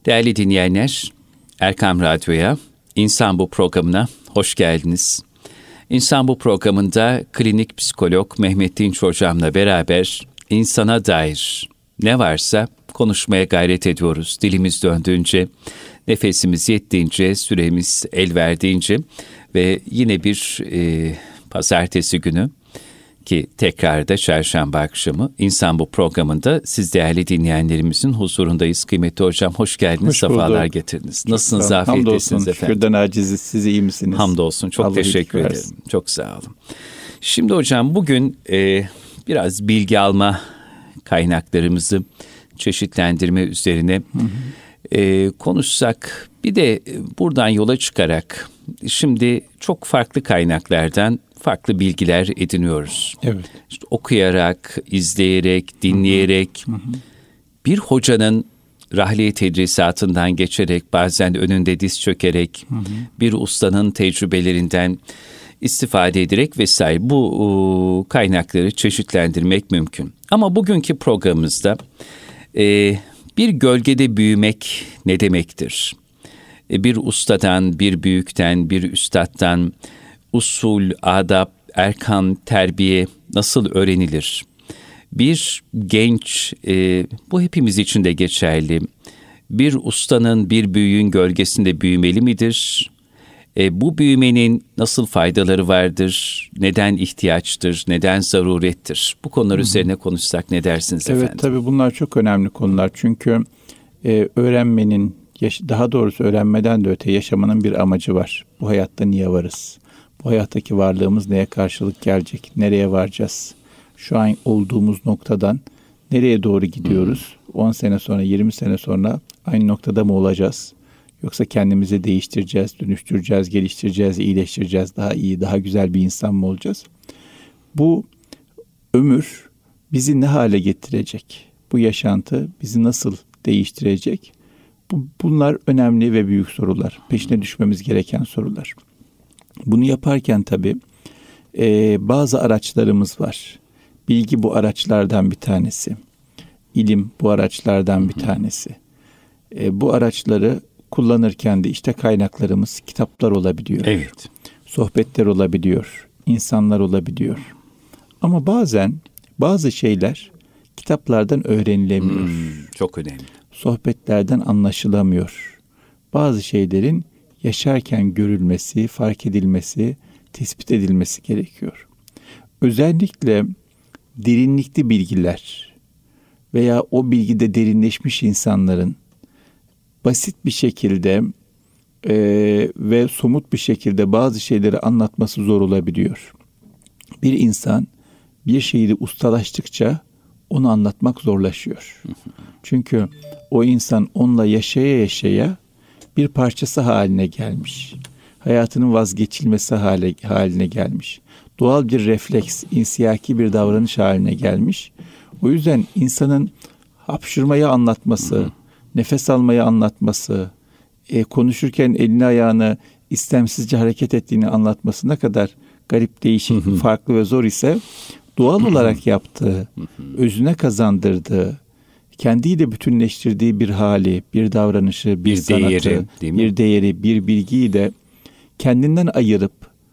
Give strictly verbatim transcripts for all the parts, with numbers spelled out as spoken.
Değerli dinleyenler, Erkam Radyo'ya, İnsan Bu programına hoş geldiniz. İnsan Bu programında klinik psikolog Mehmet Dinç hocamla beraber insana dair ne varsa konuşmaya gayret ediyoruz. Dilimiz döndüğünce, nefesimiz yettiğince, süremiz el verdiğince ve yine bir e, pazartesi günü ki tekrarda çarşamba akşamı İnsan Bu programında siz değerli dinleyenlerimizin huzurundayız. Kıymetli hocam hoş geldiniz, hoş safalar getirdiniz. Çok Nasılsınız, afiyettesiniz efendim? Şükürden aciziz, siz iyi misiniz? Hamdolsun, çok Allah teşekkür ederim. Versin. Çok sağ olun. Şimdi hocam bugün e, biraz bilgi alma kaynaklarımızı çeşitlendirme üzerine hı hı. E, konuşsak, bir de buradan yola çıkarak şimdi çok farklı kaynaklardan farklı bilgiler ediniyoruz. Evet. İşte okuyarak, izleyerek, dinleyerek, hı hı. bir hocanın rahliye tedrisatından geçerek, bazen önünde diz çökerek, hı hı. bir ustanın tecrübelerinden istifade ederek vesaire bu o, kaynakları çeşitlendirmek mümkün. Ama bugünkü programımızda e, bir gölgede büyümek ne demektir? E, bir ustadan, bir büyükten, bir üstattan usul, adab, erkan, terbiye nasıl öğrenilir? Bir genç, e, bu hepimiz için de geçerli, bir ustanın, bir büyüğün gölgesinde büyümeli midir? E, bu büyümenin nasıl faydaları vardır? Neden ihtiyaçtır? Neden zarurettir? Bu konular Hı-hı. üzerine konuşsak ne dersiniz evet, efendim? Evet, tabii bunlar çok önemli konular. Çünkü e, öğrenmenin, daha doğrusu öğrenmeden de öte yaşamanın bir amacı var. Bu hayatta niye varız? Bu hayattaki varlığımız neye karşılık gelecek? Nereye varacağız? Şu an olduğumuz noktadan nereye doğru gidiyoruz? on sene sonra, yirmi sene sonra aynı noktada mı olacağız? Yoksa kendimizi değiştireceğiz, dönüştüreceğiz, geliştireceğiz, iyileştireceğiz, daha iyi, daha güzel bir insan mı olacağız? Bu ömür bizi ne hale getirecek? Bu yaşantı bizi nasıl değiştirecek? Bu, bunlar önemli ve büyük sorular. Peşine düşmemiz gereken sorular. Bunu yaparken tabii e, bazı araçlarımız var. Bilgi bu araçlardan bir tanesi. İlim bu araçlardan bir tanesi. E, bu araçları kullanırken de işte kaynaklarımız kitaplar olabiliyor. Evet. Sohbetler olabiliyor. İnsanlar olabiliyor. Ama bazen bazı şeyler kitaplardan öğrenilemiyor. Hmm, çok önemli. Sohbetlerden anlaşılamıyor. Bazı şeylerin yaşarken görülmesi, fark edilmesi, tespit edilmesi gerekiyor. Özellikle derinlikli bilgiler veya o bilgide derinleşmiş insanların basit bir şekilde e, ve somut bir şekilde bazı şeyleri anlatması zor olabiliyor. Bir insan bir şeyi ustalaştıkça onu anlatmak zorlaşıyor. Çünkü o insan onunla yaşaya yaşaya bir parçası haline gelmiş. Hayatının vazgeçilmesi hale, haline gelmiş. Doğal bir refleks, insiyaki bir davranış haline gelmiş. O yüzden insanın hapşırmayı anlatması, nefes almayı anlatması, e, konuşurken elini ayağını istemsizce hareket ettiğini anlatması ne kadar garip, değişik, farklı ve zor ise doğal olarak yaptığı, özüne kazandırdığı, kendiyle bütünleştirdiği bir hali, bir davranışı, bir, bir sanatı, değeri, bir değeri, bir bilgiyi de kendinden ayırıp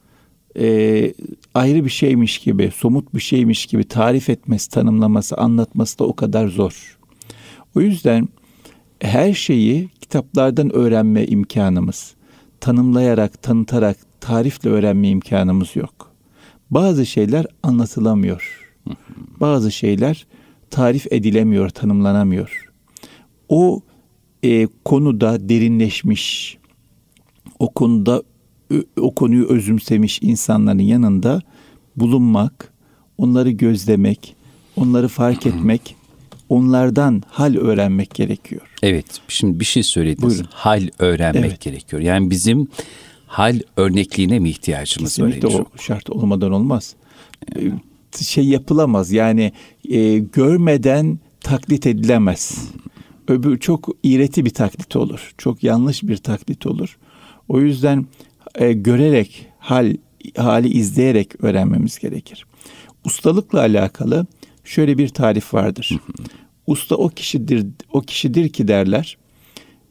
e, ayrı bir şeymiş gibi, somut bir şeymiş gibi tarif etmesi, tanımlaması, anlatması da o kadar zor. O yüzden her şeyi kitaplardan öğrenme imkanımız, tanımlayarak, tanıtarak, tarifle öğrenme imkanımız yok. Bazı şeyler anlatılamıyor. Bazı şeyler tarif edilemiyor, tanımlanamıyor. O e, konuda derinleşmiş, o konuda o konuyu özümsemiş insanların yanında bulunmak, onları gözlemek, onları fark etmek, onlardan hal öğrenmek gerekiyor. Evet, şimdi bir şey söylediniz. Buyurun. Hal öğrenmek evet. gerekiyor. Yani bizim hal örnekliğine mi ihtiyacımız var? Kesinlikle o şart olmadan olmaz. Evet. Şey yapılamaz. Yani e, görmeden taklit edilemez. Öbür çok iğreti bir taklit olur. Çok yanlış bir taklit olur. O yüzden e, görerek, hal hali izleyerek öğrenmemiz gerekir. Ustalıkla alakalı şöyle bir tarif vardır. Usta o kişidir, o kişidir ki derler,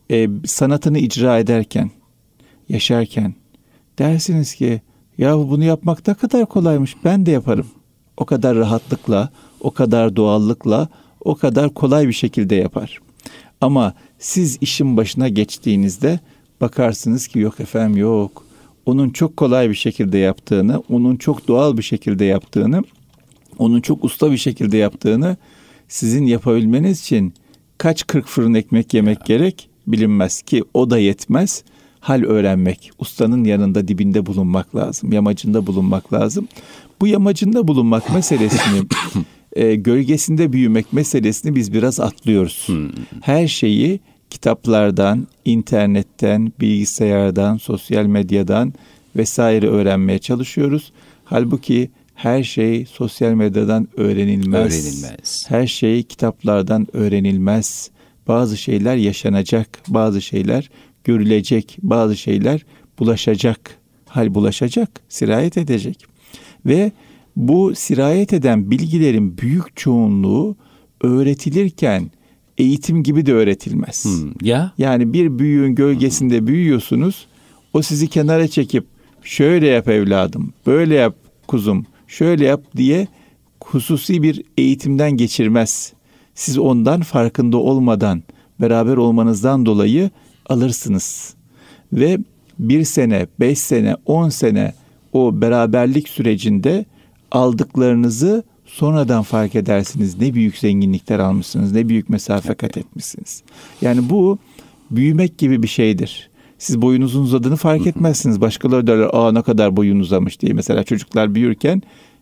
e, sanatını icra ederken, yaşarken dersiniz ki ya bunu yapmak ne kadar kolaymış, ben de yaparım. O kadar rahatlıkla, o kadar doğallıkla, o kadar kolay bir şekilde yapar. Ama siz işin başına geçtiğinizde bakarsınız ki yok efendim yok. Onun çok kolay bir şekilde yaptığını, onun çok doğal bir şekilde yaptığını, onun çok usta bir şekilde yaptığını sizin yapabilmeniz için kaç kırk fırın ekmek yemek ya. gerek bilinmez ki o da yetmez. Hal öğrenmek, ustanın yanında dibinde bulunmak lazım, yamacında bulunmak lazım. Bu yamacında bulunmak meselesini, e, gölgesinde büyümek meselesini biz biraz atlıyoruz. Hmm. Her şeyi kitaplardan, internetten, bilgisayardan, sosyal medyadan vesaire öğrenmeye çalışıyoruz. Halbuki her şey sosyal medyadan öğrenilmez. Öğrenilmez. Her şey kitaplardan öğrenilmez. Bazı şeyler yaşanacak, bazı şeyler görülecek, bazı şeyler bulaşacak. Hal bulaşacak, sirayet edecek. Ve bu sirayet eden bilgilerin büyük çoğunluğu öğretilirken eğitim gibi de öğretilmez. Hmm, ya? Yani bir büyüğün gölgesinde hmm. büyüyorsunuz. O sizi kenara çekip şöyle yap evladım, böyle yap kuzum, şöyle yap diye hususi bir eğitimden geçirmez. Siz ondan farkında olmadan, beraber olmanızdan dolayı alırsınız. Ve bir sene, beş sene, on sene o beraberlik sürecinde aldıklarınızı sonradan fark edersiniz. Ne büyük zenginlikler almışsınız, ne büyük mesafe kat etmişsiniz. Yani bu büyümek gibi bir şeydir. Siz boyunuzun uzadığını fark etmezsiniz. Başkaları derler, aa ne kadar boyun uzamış diye. Mesela çocuklar büyürken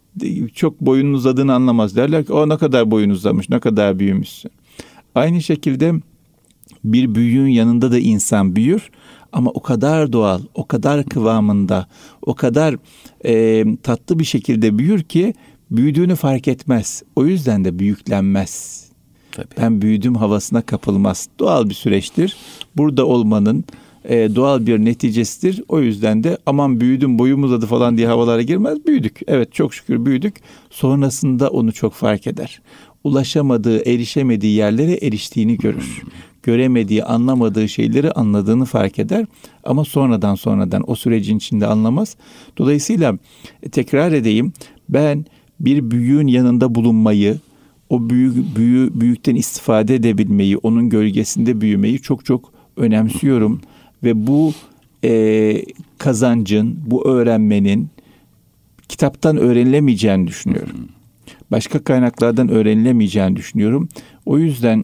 çok boyunun uzadığını anlamaz. Derler ki, aa ne kadar boyun uzamış, ne kadar büyümüşsün. Aynı şekilde bir büyüğün yanında da insan büyür. Ama o kadar doğal, o kadar kıvamında, o kadar e, tatlı bir şekilde büyür ki büyüdüğünü fark etmez. O yüzden de büyüklenmez. Tabii. Ben büyüdüm havasına kapılmaz. Doğal bir süreçtir. Burada olmanın e, doğal bir neticesidir. O yüzden de aman büyüdüm, boyum uzadı falan diye havalara girmez. Büyüdük. Evet, çok şükür büyüdük. Sonrasında onu çok fark eder. Ulaşamadığı, erişemediği yerlere eriştiğini görür. Göremediği, anlamadığı şeyleri anladığını fark eder. Ama sonradan sonradan o sürecin içinde anlamaz. Dolayısıyla tekrar edeyim, ben bir büyüğün yanında bulunmayı, o büyük, büyü, büyükten istifade edebilmeyi, onun gölgesinde büyümeyi çok çok önemsiyorum. Ve bu e, kazancın, bu öğrenmenin kitaptan öğrenilemeyeceğini düşünüyorum. Başka kaynaklardan öğrenilemeyeceğini düşünüyorum. O yüzden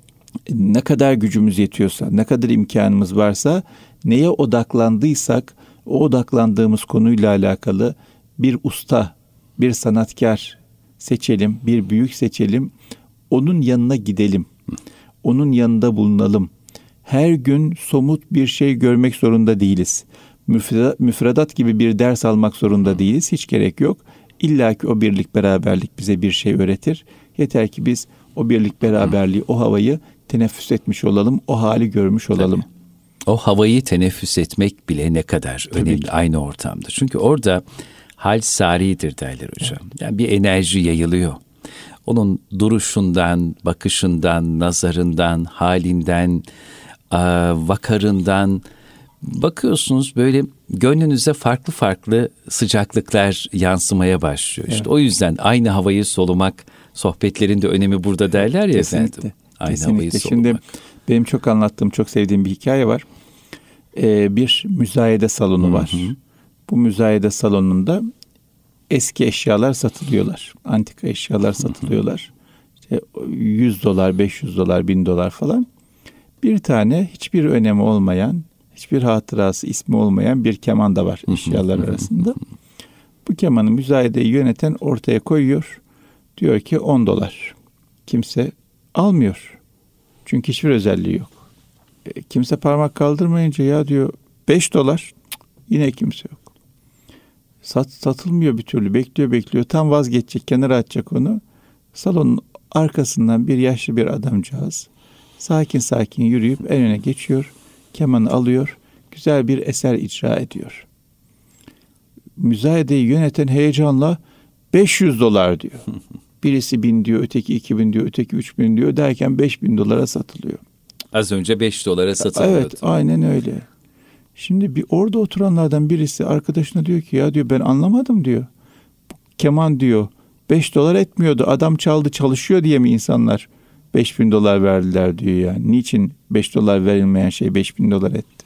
ne kadar gücümüz yetiyorsa, ne kadar imkanımız varsa, neye odaklandıysak, o odaklandığımız konuyla alakalı bir usta, bir sanatkar seçelim, bir büyük seçelim. Onun yanına gidelim. Onun yanında bulunalım. Her gün somut bir şey görmek zorunda değiliz. Müfredat, müfredat gibi bir ders almak zorunda değiliz. Hiç gerek yok. İlla ki o birlik beraberlik bize bir şey öğretir. Yeter ki biz o birlik beraberliği, o havayı teneffüs etmiş olalım, o hali görmüş olalım. Tabii. O havayı teneffüs etmek bile ne kadar Tabii önemli ki. Aynı ortamda. Çünkü orada hal saridir derler hocam. Evet. Yani bir enerji yayılıyor. Onun duruşundan, bakışından, nazarından, halinden, vakarından bakıyorsunuz, böyle gönlünüze farklı farklı sıcaklıklar yansımaya başlıyor. Evet. İşte o yüzden aynı havayı solumak, sohbetlerin de önemi burada derler ya. Kesinlikle. Efendim. Aynı Kesinlikle. havayı solumak. Şimdi benim çok anlattığım, çok sevdiğim bir hikaye var. Ee, bir müzayede salonu Hı-hı. var. Bu müzayede salonunda eski eşyalar satılıyorlar. Antika eşyalar satılıyorlar. İşte yüz dolar, beş yüz dolar, bin dolar falan. Bir tane hiçbir önemi olmayan, hiçbir hatırası, ismi olmayan bir keman da var eşyalar arasında. Bu kemanı müzayedeyi yöneten ortaya koyuyor. Diyor ki on dolar. Kimse almıyor. Çünkü hiçbir özelliği yok. E, kimse parmak kaldırmayınca ya diyor beş dolar. Yine kimse yok. Sat, satılmıyor bir türlü. Bekliyor bekliyor. Tam vazgeçecek, kenara atacak onu. Salonun arkasından bir yaşlı bir adamcağız sakin sakin yürüyüp en öne geçiyor. Kemanı alıyor. Güzel bir eser icra ediyor. Müzayedeyi yöneten heyecanla beş yüz dolar diyor. Birisi bin diyor, öteki iki bin diyor, öteki üç bin diyor derken beş bin dolara satılıyor. Az önce beş dolara satılıyordu. Evet, aynen öyle. Şimdi bir orada oturanlardan birisi arkadaşına diyor ki ya diyor ben anlamadım diyor. Keman diyor beş dolar etmiyordu. Adam çaldı çalışıyor diye mi insanlar beş bin dolar verdiler diyor yani. Niçin beş dolar verilmeyen şey beş bin dolar etti?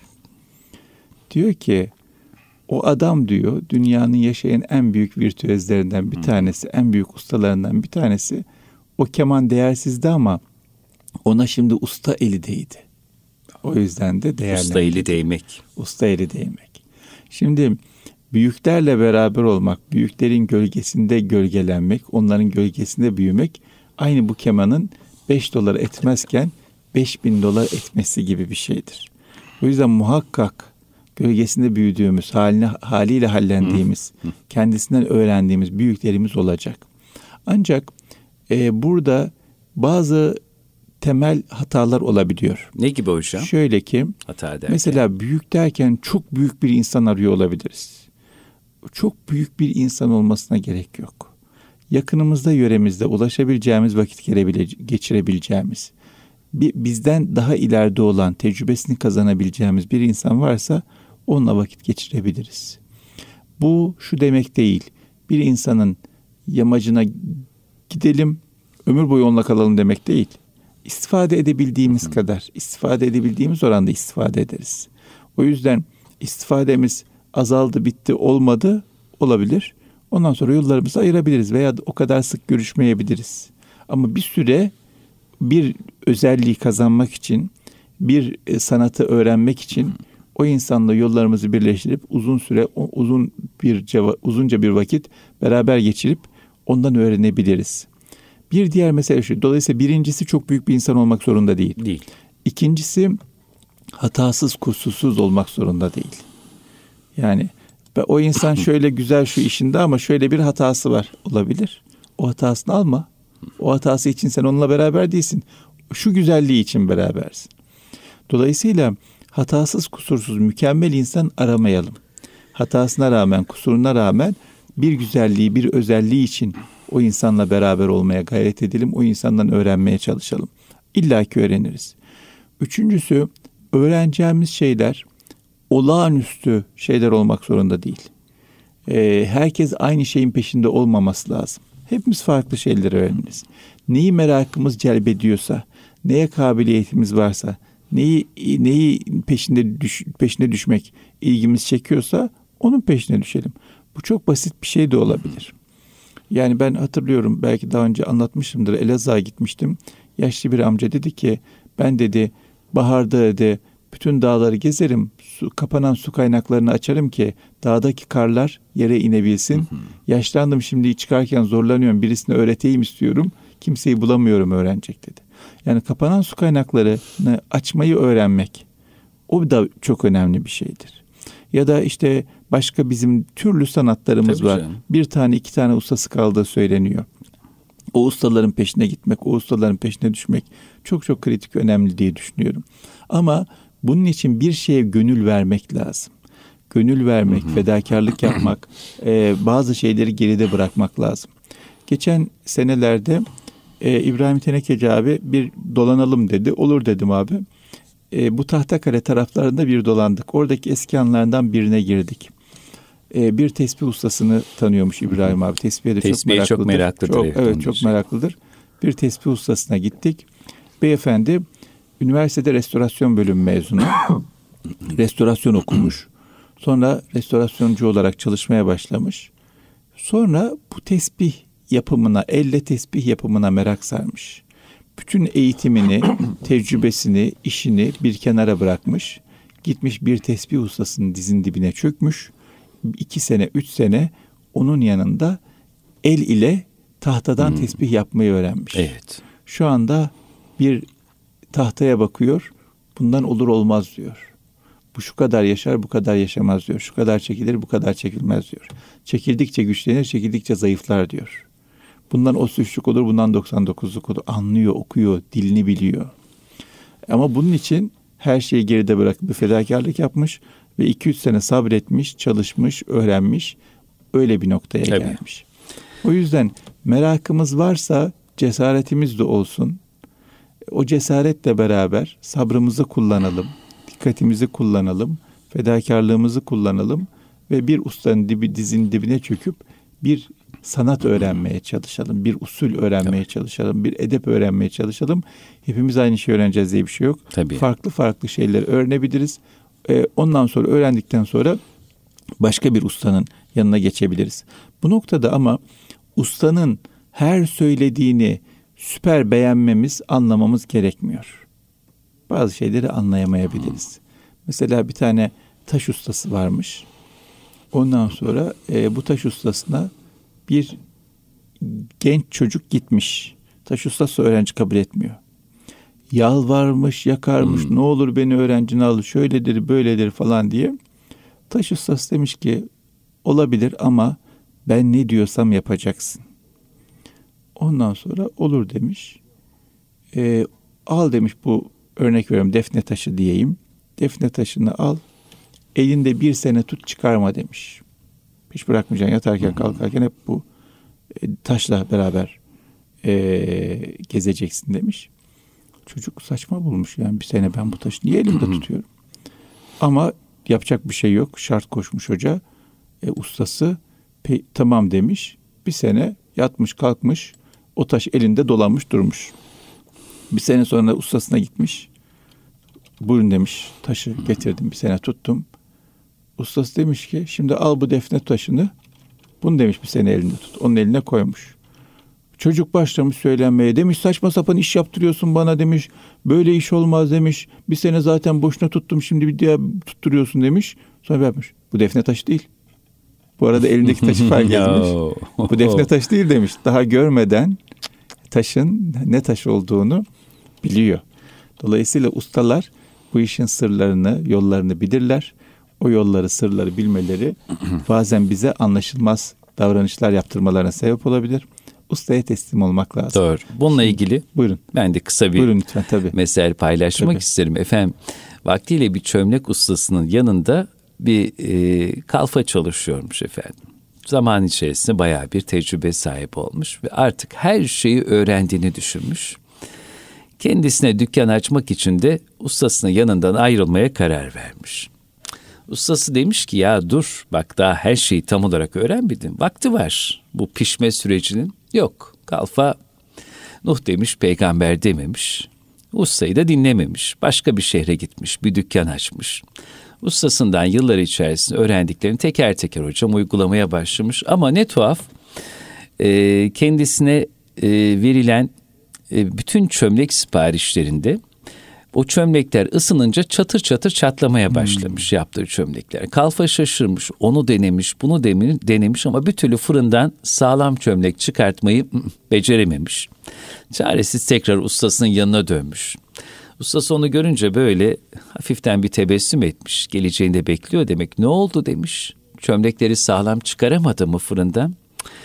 Diyor ki o adam diyor dünyanın yaşayan en büyük virtüözlerinden bir tanesi, en büyük ustalarından bir tanesi. O keman değersizdi ama ona şimdi usta eli değdi. O yüzden de değerlendi. Usta eli değmek. Usta eli değmek. Şimdi büyüklerle beraber olmak, büyüklerin gölgesinde gölgelenmek, onların gölgesinde büyümek aynı bu kemanın beş dolar etmezken beş bin dolar etmesi gibi bir şeydir. O yüzden muhakkak gölgesinde büyüdüğümüz, haline, haliyle hallendiğimiz, kendisinden öğrendiğimiz büyüklerimiz olacak. Ancak e, burada bazı temel hatalar olabiliyor. Ne gibi hocam? Şöyle ki, hata derken. Mesela büyük derken çok büyük bir insan arıyor olabiliriz. Çok büyük bir insan olmasına gerek yok. Yakınımızda, yöremizde ulaşabileceğimiz, vakit geçirebileceğimiz, bizden daha ileride olan, tecrübesini kazanabileceğimiz bir insan varsa onunla vakit geçirebiliriz. Bu şu demek değil, bir insanın yamacına gidelim, ömür boyu onunla kalalım demek değil. İstifade edebildiğimiz kadar, istifade edebildiğimiz oranda istifade ederiz. O yüzden istifademiz azaldı, bitti, olmadı olabilir. Ondan sonra yollarımızı ayırabiliriz veya o kadar sık görüşmeyebiliriz. Ama bir süre bir özelliği kazanmak için, bir sanatı öğrenmek için o insanla yollarımızı birleştirip uzun süre, uzun bir uzunca bir vakit beraber geçirip ondan öğrenebiliriz. Bir diğer mesele şu. Dolayısıyla birincisi çok büyük bir insan olmak zorunda değil. Değil. İkincisi hatasız, kusursuz olmak zorunda değil. Yani o insan şöyle güzel şu işinde ama şöyle bir hatası var olabilir. O hatasını alma. O hatası için sen onunla beraber değilsin. Şu güzelliği için berabersin. Dolayısıyla hatasız, kusursuz, mükemmel insan aramayalım. Hatasına rağmen, kusuruna rağmen bir güzelliği, bir özelliği için o insanla beraber olmaya gayret edelim. O insandan öğrenmeye çalışalım. İlla ki öğreniriz. Üçüncüsü, öğreneceğimiz şeyler olağanüstü şeyler olmak zorunda değil. Ee, herkes aynı şeyin peşinde olmaması lazım. Hepimiz farklı şeyler öğreniriz. Neyi merakımız celbediyorsa, neye kabiliyetimiz varsa, neyi neyi peşinde düş, peşine düşmek ilgimiz çekiyorsa onun peşine düşelim. Bu çok basit bir şey de olabilir. Yani ben hatırlıyorum, belki daha önce anlatmışımdır, Elazığ'a gitmiştim. Yaşlı bir amca dedi ki, ben dedi baharda dedi bütün dağları gezerim, su, kapanan su kaynaklarını açarım ki dağdaki karlar yere inebilsin. Hı hı. Yaşlandım, şimdi çıkarken zorlanıyorum, birisine öğreteyim istiyorum, kimseyi bulamıyorum öğrenecek dedi. Yani kapanan su kaynaklarını açmayı öğrenmek, o da çok önemli bir şeydir. Ya da işte başka bizim türlü sanatlarımız Tabii var. Canım. Bir tane iki tane ustası kaldığı söyleniyor. O ustaların peşine gitmek, o ustaların peşine düşmek çok çok kritik, önemli diye düşünüyorum. Ama bunun için bir şeye gönül vermek lazım. Gönül vermek, hı hı. fedakarlık yapmak, e, bazı şeyleri geride bırakmak lazım. Geçen senelerde e, İbrahim Tenekeci abi bir dolanalım dedi. Olur dedim abi. E, bu Tahtakale taraflarında bir dolandık. Oradaki eski anlardan birine girdik. E, bir tesbih ustasını tanıyormuş İbrahim abi. Tesbihe de Tesbihe çok meraklıdır. çok meraklıdır. Çok, evet çok meraklıdır. Bir tesbih ustasına gittik. Beyefendi üniversitede restorasyon bölümü mezunu. Restorasyon okumuş. Sonra restorasyoncu olarak çalışmaya başlamış. Sonra bu tesbih yapımına, elle tesbih yapımına merak sarmış. Bütün eğitimini, tecrübesini, işini bir kenara bırakmış. Gitmiş bir tesbih ustasının dizin dibine çökmüş. İki sene, üç sene onun yanında el ile tahtadan hmm. tesbih yapmayı öğrenmiş. Evet. Şu anda bir tahtaya bakıyor. Bundan olur olmaz diyor. Bu şu kadar yaşar, bu kadar yaşamaz diyor. Şu kadar çekilir, bu kadar çekilmez diyor. Çekildikçe güçlenir, çekildikçe zayıflar diyor. Bundan otuz üçlük olur, bundan doksan dokuzluk olur. Anlıyor, okuyor, dilini biliyor. Ama bunun için her şeyi geride bırakıp bir fedakarlık yapmış ve iki üç sene sabretmiş, çalışmış, öğrenmiş. Öyle bir noktaya Tabii. gelmiş. O yüzden merakımız varsa cesaretimiz de olsun. O cesaretle beraber sabrımızı kullanalım, dikkatimizi kullanalım, fedakarlığımızı kullanalım ve bir ustanın dibi, dizinin dibine çöküp bir sanat öğrenmeye çalışalım, bir usul öğrenmeye evet. çalışalım, bir edep öğrenmeye çalışalım. Hepimiz aynı şeyi öğreneceğiz diye bir şey yok. Tabii. Farklı farklı şeyleri öğrenebiliriz. Ee, ondan sonra öğrendikten sonra başka bir ustanın yanına geçebiliriz. Bu noktada ama ustanın her söylediğini süper beğenmemiz, anlamamız gerekmiyor. Bazı şeyleri anlayamayabiliriz. Mesela bir tane taş ustası varmış. Ondan sonra e, bu taş ustasına bir genç çocuk gitmiş. Taş ustası öğrenci kabul etmiyor. Yalvarmış, yakarmış, hmm. ne olur beni öğrencine al, şöyledir, böyledir falan diye. Taş ustası demiş ki, olabilir ama ben ne diyorsam yapacaksın. Ondan sonra olur demiş. E, al demiş, bu örnek veriyorum, defne taşı diyeyim. Defne taşını al, elinde bir sene tut, çıkarma demiş. Hiç bırakmayacaksın, yatarken kalkarken hep bu e, taşla beraber e, gezeceksin demiş. Çocuk saçma bulmuş, yani bir sene ben bu taşı niye elimde tutuyorum? Ama yapacak bir şey yok, şart koşmuş hoca. E, ustası pe, tamam demiş. Bir sene yatmış kalkmış, o taş elinde dolanmış durmuş. Bir sene sonra ustasına gitmiş. Buyurun demiş, taşı getirdim, bir sene tuttum. Ustası demiş ki, şimdi al bu defne taşını, bunu demiş bir sene elinde tut. Onun eline koymuş. Çocuk başlamış söylenmeye, demiş saçma sapan iş yaptırıyorsun bana demiş. Böyle iş olmaz demiş. Bir sene zaten boşuna tuttum, şimdi bir daha tutturuyorsun demiş. Sonra yapmış. Bu defne taşı değil. Bu arada elindeki taşı fark etmiş. Bu defne taşı değil demiş. Daha görmeden taşın ne taş olduğunu biliyor. Dolayısıyla ustalar bu işin sırlarını, yollarını bilirler. O yolları, sırları bilmeleri bazen bize anlaşılmaz davranışlar yaptırmalarına sebep olabilir. Ustaya teslim olmak lazım. Doğru. Bununla Şimdi, ilgili buyurun. Ben de kısa bir buyurun lütfen, tabii. mesele paylaşmak tabii. isterim. Efendim, vaktiyle bir çömlek ustasının yanında bir e, kalfa çalışıyormuş efendim. Zaman içerisinde bayağı bir tecrübe sahibi olmuş ve artık her şeyi öğrendiğini düşünmüş. Kendisine dükkan açmak için de ustasının yanından ayrılmaya karar vermiş. Ustası demiş ki, ya dur bak, daha her şeyi tam olarak öğrenmedin. Vakti var bu pişme sürecinin. Yok, kalfa Nuh demiş, peygamber dememiş. Ustayı da dinlememiş. Başka bir şehre gitmiş, bir dükkan açmış. Ustasından yıllar içerisinde öğrendiklerini teker teker hocam uygulamaya başlamış. Ama ne tuhaf, e, kendisine e, verilen e, bütün çömlek siparişlerinde o çömlekler ısınınca çatır çatır çatlamaya başlamış hmm. yaptığı çömlekler. Kalfa şaşırmış, onu denemiş, bunu denemiş ama bir türlü fırından sağlam çömlek çıkartmayı becerememiş. Çaresiz tekrar ustasının yanına dönmüş. Ustası onu görünce böyle hafiften bir tebessüm etmiş. Geleceğini de bekliyor demek. Ne oldu demiş. Çömlekleri sağlam çıkaramadı mı fırından?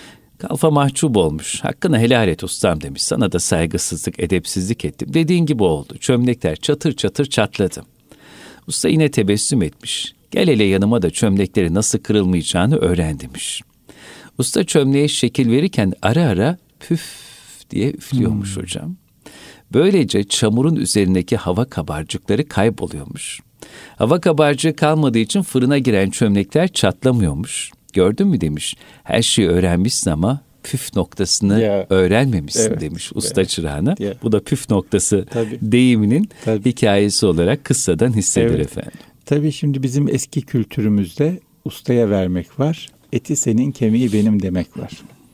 Kalfa mahcup olmuş. Hakkını helal et ustam demiş. Sana da saygısızlık, edepsizlik ettim. Dediğin gibi oldu. Çömlekler çatır çatır çatladı. Usta yine tebessüm etmiş. Gel hele yanıma da çömlekleri nasıl kırılmayacağını öğren demiş. Usta çömleğe şekil verirken ara ara püf diye üflüyormuş hmm. hocam. Böylece çamurun üzerindeki hava kabarcıkları kayboluyormuş. Hava kabarcığı kalmadığı için fırına giren çömlekler çatlamıyormuş. Gördün mü demiş, her şeyi öğrenmişsin ama püf noktasını ya, öğrenmemişsin evet, demiş usta evet, çırağına. Ya. Bu da püf noktası tabii. deyiminin tabii. hikayesi olarak kıssadan hissedilir evet. efendim. Tabii şimdi bizim eski kültürümüzde ustaya vermek var. Eti senin, kemiği benim demek var.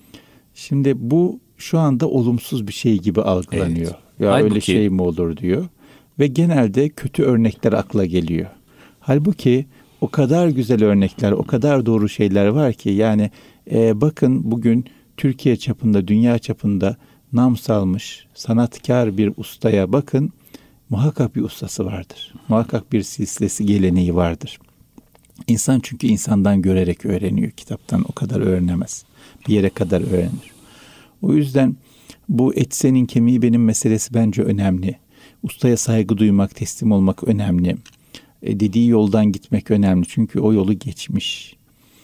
Şimdi bu şu anda olumsuz bir şey gibi algılanıyor. Evet. Ya halbuki, öyle şey mi olur diyor. Ve genelde kötü örnekler akla geliyor. Halbuki o kadar güzel örnekler, o kadar doğru şeyler var ki yani e, bakın bugün Türkiye çapında, dünya çapında nam salmış sanatkar bir ustaya bakın, muhakkak bir ustası vardır. Muhakkak bir silsilesi, geleneği vardır. İnsan çünkü insandan görerek öğreniyor. Kitaptan o kadar öğrenemez. Bir yere kadar öğrenir. O yüzden bu et senin, kemiği benim meselesi bence önemli. Ustaya saygı duymak, teslim olmak önemli. E, dediği yoldan gitmek önemli. Çünkü o yolu geçmiş.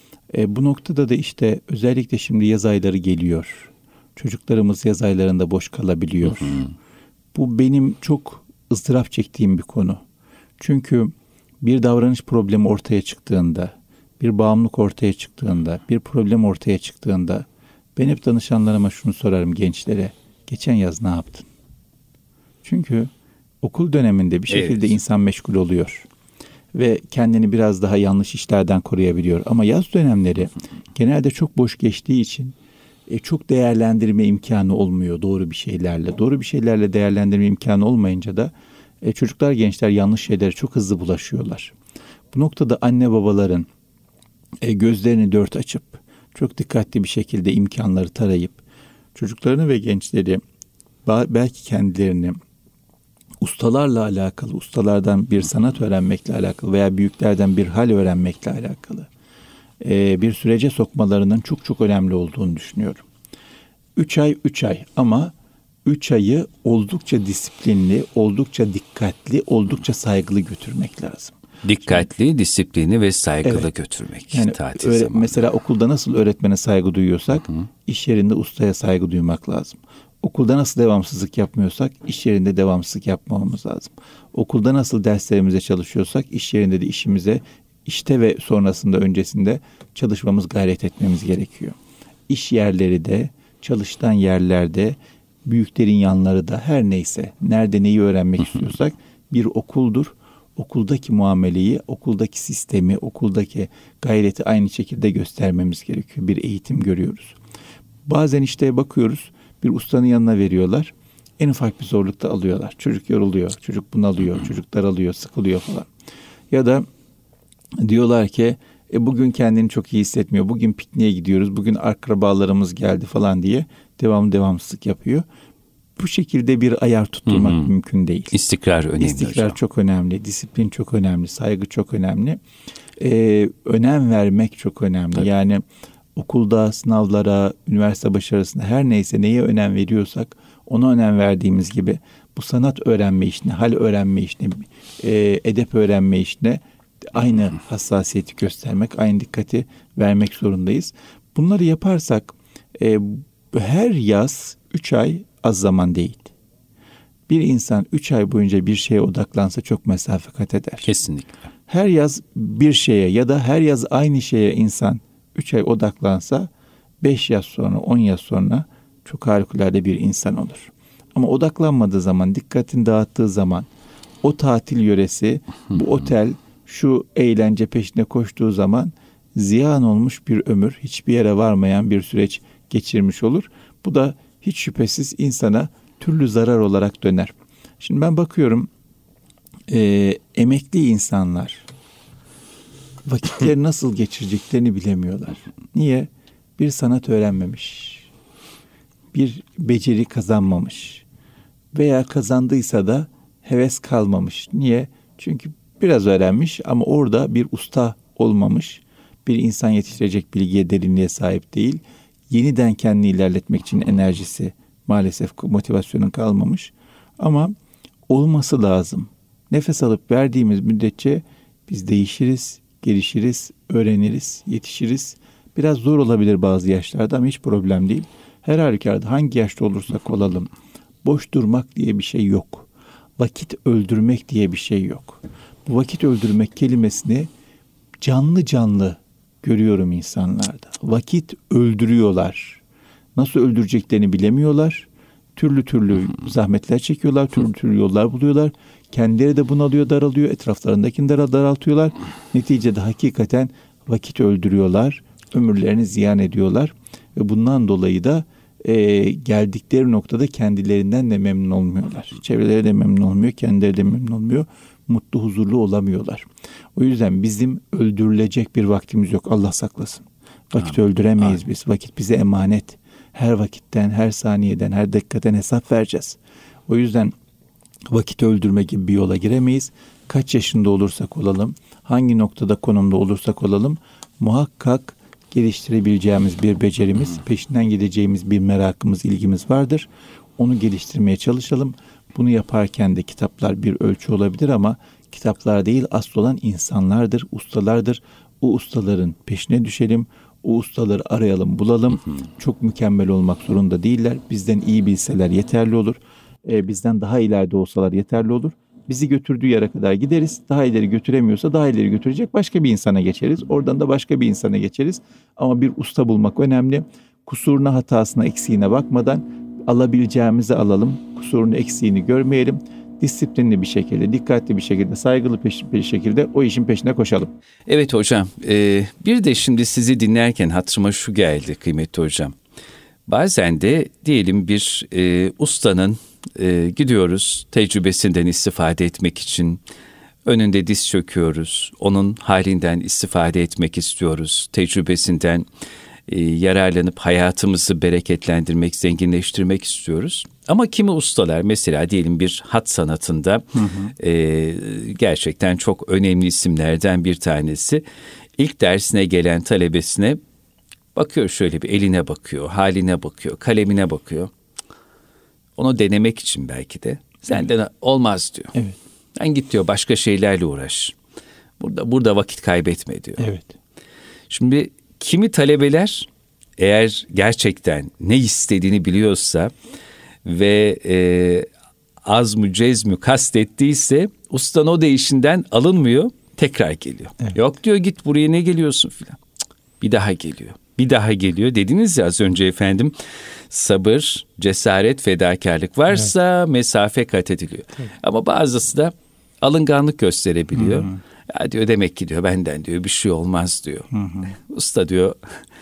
E, bu noktada da işte özellikle şimdi yaz ayları geliyor. Çocuklarımız yaz aylarında boş kalabiliyor. Hı hı. Bu benim çok ızdırap çektiğim bir konu. Çünkü bir davranış problemi ortaya çıktığında, bir bağımlılık ortaya çıktığında, bir problem ortaya çıktığında ben hep danışanlarıma şunu sorarım, gençlere. Geçen yaz ne yaptın? Çünkü okul döneminde bir şekilde evet. insan meşgul oluyor. Ve kendini biraz daha yanlış işlerden koruyabiliyor. Ama yaz dönemleri genelde çok boş geçtiği için e, çok değerlendirme imkanı olmuyor doğru bir şeylerle. Doğru bir şeylerle değerlendirme imkanı olmayınca da e, çocuklar, gençler yanlış şeylere çok hızlı bulaşıyorlar. Bu noktada anne babaların e, gözlerini dört açıp çok dikkatli bir şekilde imkanları tarayıp çocuklarını ve gençleri belki kendilerini ustalarla alakalı, ustalardan bir sanat öğrenmekle alakalı veya büyüklerden bir hal öğrenmekle alakalı e, bir sürece sokmalarının çok çok önemli olduğunu düşünüyorum. Üç ay, üç ay ama üç ayı oldukça disiplinli, oldukça dikkatli, oldukça saygılı götürmek lazım. Dikkatli, Çünkü, disiplini ve saygılı evet, götürmek. Yani öyle, mesela okulda nasıl öğretmene saygı duyuyorsak, hı hı. iş yerinde ustaya saygı duymak lazım. Okulda nasıl devamsızlık yapmıyorsak, iş yerinde devamsızlık yapmamamız lazım. Okulda nasıl derslerimize çalışıyorsak, iş yerinde de işimize, işte ve sonrasında, öncesinde çalışmamız, gayret etmemiz gerekiyor. İş yerleri de, çalışılan yerlerde, büyüklerin yanları da, her neyse, nerede neyi öğrenmek istiyorsak bir okuldur. Okuldaki muameleyi, okuldaki sistemi, okuldaki gayreti aynı şekilde göstermemiz gerekiyor. Bir eğitim görüyoruz. Bazen işte bakıyoruz, bir ustanın yanına veriyorlar. En ufak bir zorlukta alıyorlar. Çocuk yoruluyor, çocuk bunalıyor, çocuk daralıyor, sıkılıyor falan. Ya da diyorlar ki e, bugün kendini çok iyi hissetmiyor. Bugün pikniğe gidiyoruz, bugün akrabalarımız geldi falan diye devamlı devamsızlık yapıyor. Bu şekilde bir ayar tutturmak Hı-hı. mümkün değil. İstikrar önemli. İstikrar hocam. çok önemli, disiplin çok önemli, saygı çok önemli. Ee, önem vermek çok önemli. Tabii. Yani okulda, sınavlara, üniversite başarısına, her neyse neye önem veriyorsak ona önem verdiğimiz gibi bu sanat öğrenme işine, hal öğrenme işine, e, edep öğrenme işine aynı hassasiyeti göstermek, aynı dikkati vermek zorundayız. Bunları yaparsak e, her yaz üç ay az zaman değil. Bir insan üç ay boyunca bir şeye odaklansa çok mesafe kat eder. Kesinlikle. Her yaz bir şeye ya da her yaz aynı şeye insan üç ay odaklansa beş yaz sonra, on yaz sonra çok harikulade bir insan olur. Ama odaklanmadığı zaman, dikkatini dağıttığı zaman, o tatil yöresi, bu otel, şu eğlence peşine koştuğu zaman ziyan olmuş bir ömür, hiçbir yere varmayan bir süreç geçirmiş olur. Bu da hiç şüphesiz insana türlü zarar olarak döner. Şimdi ben bakıyorum e, emekli insanlar vakitleri nasıl geçireceklerini bilemiyorlar. Niye? Bir sanat öğrenmemiş, bir beceri kazanmamış veya kazandıysa da heves kalmamış. Niye? Çünkü biraz öğrenmiş ama orada bir usta olmamış, bir insan yetiştirecek bilgiye, derinliğe sahip değil. Yeniden kendini ilerletmek için enerjisi, maalesef motivasyonun kalmamış. Ama olması lazım. Nefes alıp verdiğimiz müddetçe biz değişiriz, gelişiriz, öğreniriz, yetişiriz. Biraz zor olabilir bazı yaşlarda ama hiç problem değil. Her halükarda hangi yaşta olursak olalım, boş durmak diye bir şey yok. Vakit öldürmek diye bir şey yok. Bu vakit öldürmek kelimesini canlı canlı görüyorum insanlarda. Vakit öldürüyorlar. Nasıl öldüreceklerini bilemiyorlar. Türlü türlü zahmetler çekiyorlar, türlü türlü yollar buluyorlar. Kendileri de bunalıyor, daralıyor. Etraflarındakini de daraltıyorlar. Neticede hakikaten vakit öldürüyorlar. Ömürlerini ziyan ediyorlar. Ve bundan dolayı da e, geldikleri noktada kendilerinden de memnun olmuyorlar. Çevreleri de memnun olmuyor, kendileri de memnun olmuyor. Mutlu, huzurlu olamıyorlar. O yüzden bizim öldürülecek bir vaktimiz yok. Allah saklasın. Vakit Amin. öldüremeyiz Amin. biz. Vakit bize emanet. Her vakitten, her saniyeden, her dakikaten hesap vereceğiz. O yüzden vakit öldürme gibi bir yola giremeyiz. Kaç yaşında olursak olalım, hangi noktada, konumda olursak olalım, muhakkak geliştirebileceğimiz bir becerimiz, peşinden gideceğimiz bir merakımız, ilgimiz vardır. Onu geliştirmeye çalışalım. Bunu yaparken de kitaplar bir ölçü olabilir ama kitaplar değil, asıl olan insanlardır, ustalardır. O ustaların peşine düşelim. O ustaları arayalım, bulalım. Çok mükemmel olmak zorunda değiller. Bizden iyi bilseler yeterli olur. e, bizden daha ileride olsalar yeterli olur. Bizi götürdüğü yere kadar gideriz. Daha ileri götüremiyorsa daha ileri götürecek başka bir insana geçeriz. Oradan da başka bir insana geçeriz. Ama bir usta bulmak önemli. Kusuruna, hatasına, eksiğine bakmadan alabileceğimizi alalım. Kusurunu, eksiğini görmeyelim. Disiplinli bir şekilde, dikkatli bir şekilde, saygılı bir şekilde o işin peşine koşalım. Evet hocam. E, bir de şimdi sizi dinlerken hatırıma şu geldi kıymetli hocam. Bazen de diyelim bir e, ustanın e, gidiyoruz tecrübesinden istifade etmek için. Önünde diz çöküyoruz. Onun halinden istifade etmek istiyoruz. Tecrübesinden e, yararlanıp hayatımızı bereketlendirmek, zenginleştirmek istiyoruz. Ama kimi ustalar mesela diyelim bir hat sanatında hı hı. E, gerçekten çok önemli isimlerden bir tanesi. İlk dersine gelen talebesine bakıyor, şöyle bir eline bakıyor, haline bakıyor, kalemine bakıyor. Onu denemek için belki de senden evet. olmaz diyor. Evet. Sen git diyor, başka şeylerle uğraş. Burada burada vakit kaybetme diyor. Evet. Şimdi kimi talebeler eğer gerçekten ne istediğini biliyorsa ve e, azmü cezmü kastettiyse ustanın o değişinden alınmıyor, tekrar geliyor. Evet. Yok diyor, git buraya ne geliyorsun filan. Bir daha geliyor. Bir daha geliyor. Dediniz ya az önce efendim, sabır, cesaret, fedakarlık varsa evet. mesafe kat ediliyor. Evet. Ama bazısı da alınganlık gösterebiliyor. Hı hı. Ya diyor, demek ki diyor benden diyor bir şey olmaz diyor. Hı hı. Usta diyor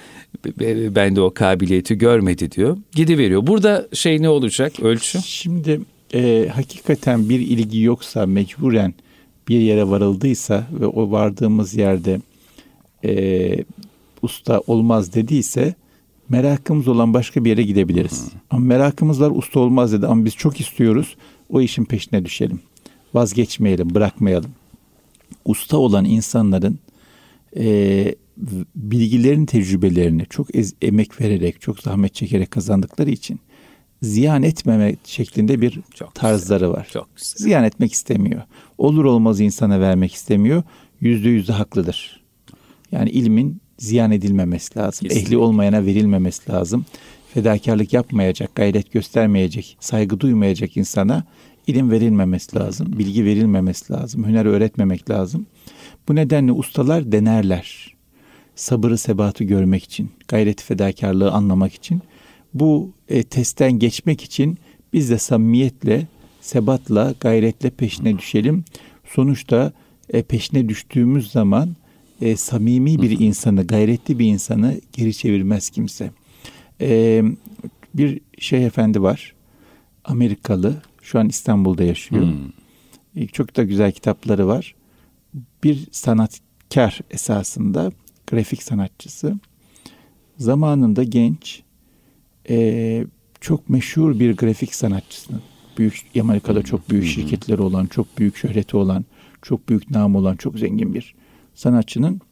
ben de o kabiliyeti görmedi diyor. Gidiveriyor. Burada şey ne olacak, ölçü? Şimdi e, hakikaten bir ilgi yoksa, mecburen bir yere varıldıysa ve o vardığımız yerde e, usta olmaz dediyse merakımız olan başka bir yere gidebiliriz. Hı. Ama merakımız var, usta olmaz dedi ama biz çok istiyoruz, o işin peşine düşelim. Vazgeçmeyelim, bırakmayalım. Usta olan insanların e, bilgilerin, tecrübelerini çok ez, emek vererek, çok zahmet çekerek kazandıkları için ziyan etmeme şeklinde bir çok tarzları güzel, var. Çok güzel. Ziyan etmek istemiyor. Olur olmaz insana vermek istemiyor. Yüzde yüzde haklıdır. Yani ilmin ziyan edilmemesi lazım. Kesinlikle. Ehli olmayana verilmemesi lazım. Fedakarlık yapmayacak, gayret göstermeyecek, saygı duymayacak insana ilim verilmemesi lazım. Bilgi verilmemesi lazım. Hüner öğretmemek lazım. Bu nedenle ustalar denerler. Sabırı, sebatı görmek için, gayreti, fedakarlığı anlamak için. Bu e, testten geçmek için biz de samimiyetle, sebatla, gayretle peşine düşelim. Sonuçta e, peşine düştüğümüz zaman e, samimi bir insanı, gayretli bir insanı geri çevirmez kimse. E, bir şeyh efendi var, Amerikalı, şu an İstanbul'da yaşıyor. Hmm. Çok da güzel kitapları var. Bir sanatkar esasında, grafik sanatçısı. Zamanında genç, e, çok meşhur bir grafik sanatçısının, büyük Amerika'da çok büyük şirketleri olan, çok büyük şöhreti olan, çok büyük namı olan, çok zengin bir sanatçının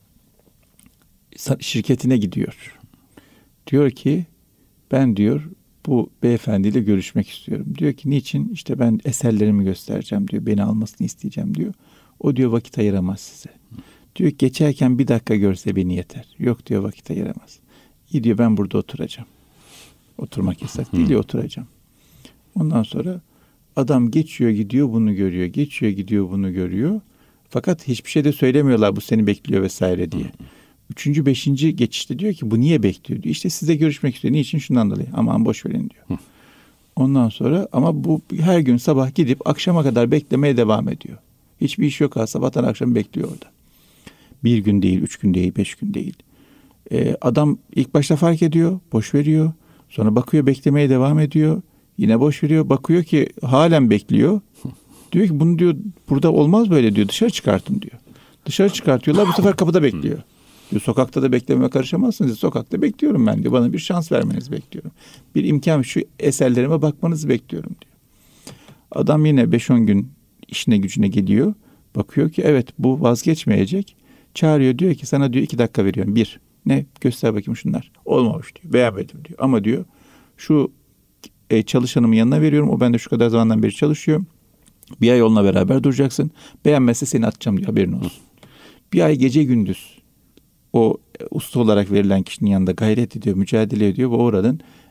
şirketine gidiyor. Diyor ki, ben diyor bu beyefendiyle görüşmek istiyorum. Diyor ki niçin? İşte ben eserlerimi göstereceğim diyor. Beni almasını isteyeceğim diyor. O diyor vakit ayıramaz size. Diyor geçerken bir dakika görse beni yeter. Yok diyor, vakit ayıramaz. İyi diyor, ben burada oturacağım. Oturmak yasak değil ya, oturacağım. Ondan sonra adam geçiyor gidiyor, bunu görüyor. Geçiyor gidiyor, bunu görüyor. Fakat hiçbir şey de söylemiyorlar, bu seni bekliyor vesaire diye. Üçüncü, beşinci geçişte diyor ki bu niye bekliyor diyor. İşte sizle görüşmek istiyor. Niçin? Şundan dolayı. Aman boş verin diyor. Ondan sonra ama bu her gün sabah gidip akşama kadar beklemeye devam ediyor. Hiçbir iş yok ha, sabahtan akşam bekliyor orada. Bir gün değil, üç gün değil, beş gün değil. Ee, adam ilk başta fark ediyor, boş veriyor. Sonra bakıyor, beklemeye devam ediyor. Yine boş veriyor. Bakıyor ki halen bekliyor. Diyor ki bunu diyor burada olmaz böyle diyor. Dışarı çıkartın diyor. Dışarı çıkartıyorlar, bu sefer kapıda bekliyor. Diyor, sokakta da beklemeye karışamazsınız. Sokakta bekliyorum ben diyor. Bana bir şans vermenizi bekliyorum. Bir imkan, şu eserlerime bakmanızı bekliyorum diyor. Adam yine beş on gün işine gücüne geliyor. Bakıyor ki evet bu vazgeçmeyecek. Çağırıyor, diyor ki sana diyor iki dakika veriyorum. Bir, ne? Göster bakayım şunlar. Olmamış diyor. Beğenmedim diyor. Ama diyor şu e, çalışanımın yanına veriyorum. O bende şu kadar zamandan beri çalışıyor. Bir ay onunla beraber duracaksın. Beğenmezse seni atacağım diyor, haberin olsun. Bir ay gece gündüz o usta olarak verilen kişinin yanında gayret ediyor, mücadele ediyor ve oranın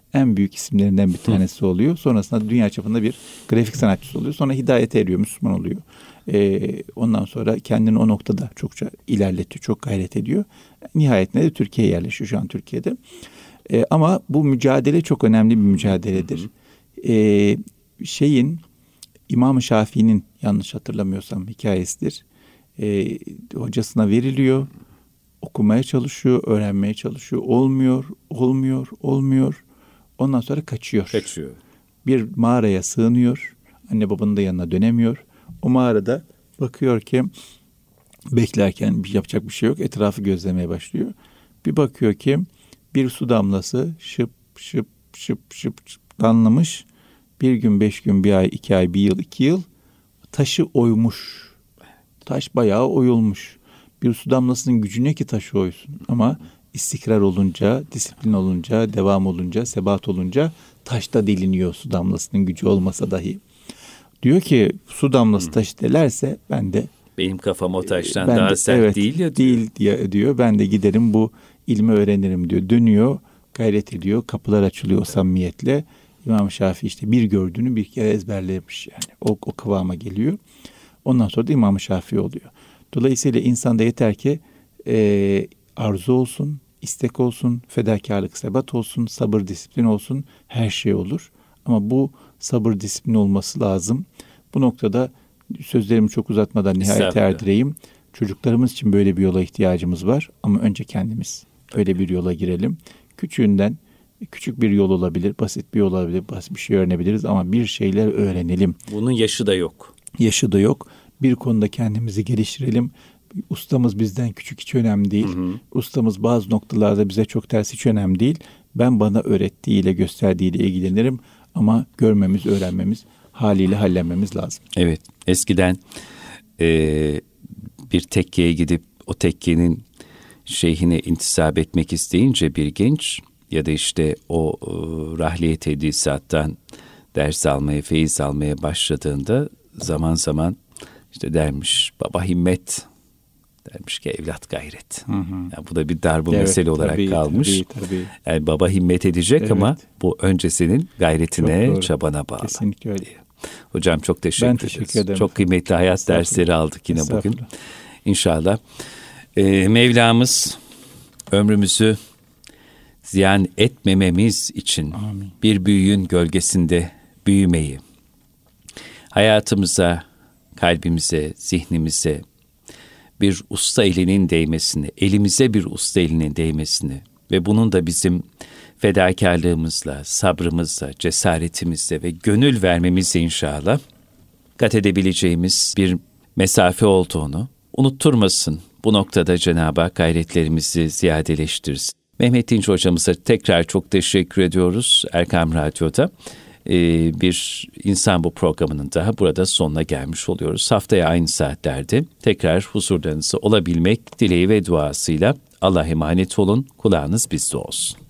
en büyük isimlerinden bir tanesi oluyor. Sonrasında dünya çapında bir grafik sanatçısı oluyor. Sonra hidayete eriyor, Müslüman oluyor. Ee, ondan sonra kendini o noktada çokça ilerletiyor, çok gayret ediyor. Nihayetinde de Türkiye'ye yerleşiyor, şu an Türkiye'de. Ee, ama bu mücadele çok önemli bir mücadeledir. Ee, şeyin, İmam-ı Şafii'nin yanlış hatırlamıyorsam hikayesidir. Ee, hocasına veriliyor, okumaya çalışıyor, öğrenmeye çalışıyor. Olmuyor, olmuyor, olmuyor. Ondan sonra kaçıyor. Kaçıyor. Bir mağaraya sığınıyor. Anne babanın da yanına dönemiyor. O mağarada bakıyor ki beklerken yapacak bir şey yok. Etrafı gözlemeye başlıyor. Bir bakıyor ki bir su damlası şıp şıp şıp şıp, şıp damlamış. Bir gün, beş gün, bir ay, iki ay, bir yıl, iki yıl taşı oymuş. Taş bayağı oyulmuş. Bir su damlasının gücü ne ki taşı oysun? Ama istikrar olunca, disiplin olunca, devam olunca, sebat olunca taşta deliniyor su damlasının gücü olmasa dahi. Diyor ki su damlası taşı delerse ben de benim kafam o taştan ben daha de, sert evet, değil ya diyor. Değil diye diyor. Ben de giderim bu ilmi öğrenirim diyor. Dönüyor, gayret ediyor. Kapılar açılıyor o samimiyetle. İmam Şafii işte bir gördüğünü bir kere ezberlemiş yani. O, o kıvama geliyor. Ondan sonra da İmam Şafii oluyor. Dolayısıyla insanda yeter ki e, arzu olsun, istek olsun, fedakarlık, sebat olsun, sabır, disiplin olsun, her şey olur. Ama bu sabır, disiplin olması lazım. Bu noktada sözlerimi çok uzatmadan nihayete erdireyim. Çocuklarımız için böyle bir yola ihtiyacımız var. Ama önce kendimiz böyle bir yola girelim. Küçüğünden, küçük bir yol olabilir, basit bir yol olabilir, basit bir şey öğrenebiliriz ama bir şeyler öğrenelim. Bunun yaşı da yok. Yaşı da yok. Bir konuda kendimizi geliştirelim. Ustamız bizden küçük, hiç önemli değil. Hı hı. Ustamız bazı noktalarda bize çok ters, hiç önemli değil. Ben bana öğrettiğiyle, gösterdiğiyle ilgilenirim ama görmemiz, öğrenmemiz, haliyle hallenmemiz lazım. Evet, eskiden e, bir tekkeye gidip o tekkenin şeyhine intisap etmek isteyince bir genç ya da işte o e, rahliye tedrisattan ders almaya, feyiz almaya başladığında zaman zaman işte dermiş baba himmet, dermiş ki evlat gayret. Hı hı. Yani bu da bir darbu evet, mesele olarak tabii, kalmış. Tabii, tabii. Yani baba himmet edecek evet. Ama bu önce senin gayretine, çabana bağlı. Kesinlikle öyle. Hocam çok teşekkür, ben teşekkür ederiz. ederim. Çok kıymetli hayat dersleri aldık yine bugün. İnşallah. Ee, Mevlamız ömrümüzü ziyan etmememiz için amin. Bir büyüğün gölgesinde büyümeyi, hayatımıza, kalbimize, zihnimize bir usta elinin değmesini, elimize bir usta elinin değmesini ve bunun da bizim fedakarlığımızla, sabrımızla, cesaretimizle ve gönül vermemizle inşallah kat edebileceğimiz bir mesafe olduğunu unutturmasın. Bu noktada Cenab-ı Hak gayretlerimizi ziyadeleştirsin. Mehmet Dinç hocamıza tekrar çok teşekkür ediyoruz Erkam Radyo'da. Ee, bir İnsan Bu programının daha burada sonuna gelmiş oluyoruz. Haftaya aynı saatlerde tekrar huzurlarınızda olabilmek dileği ve duasıyla Allah'a emanet olun. Kulağınız bizde olsun.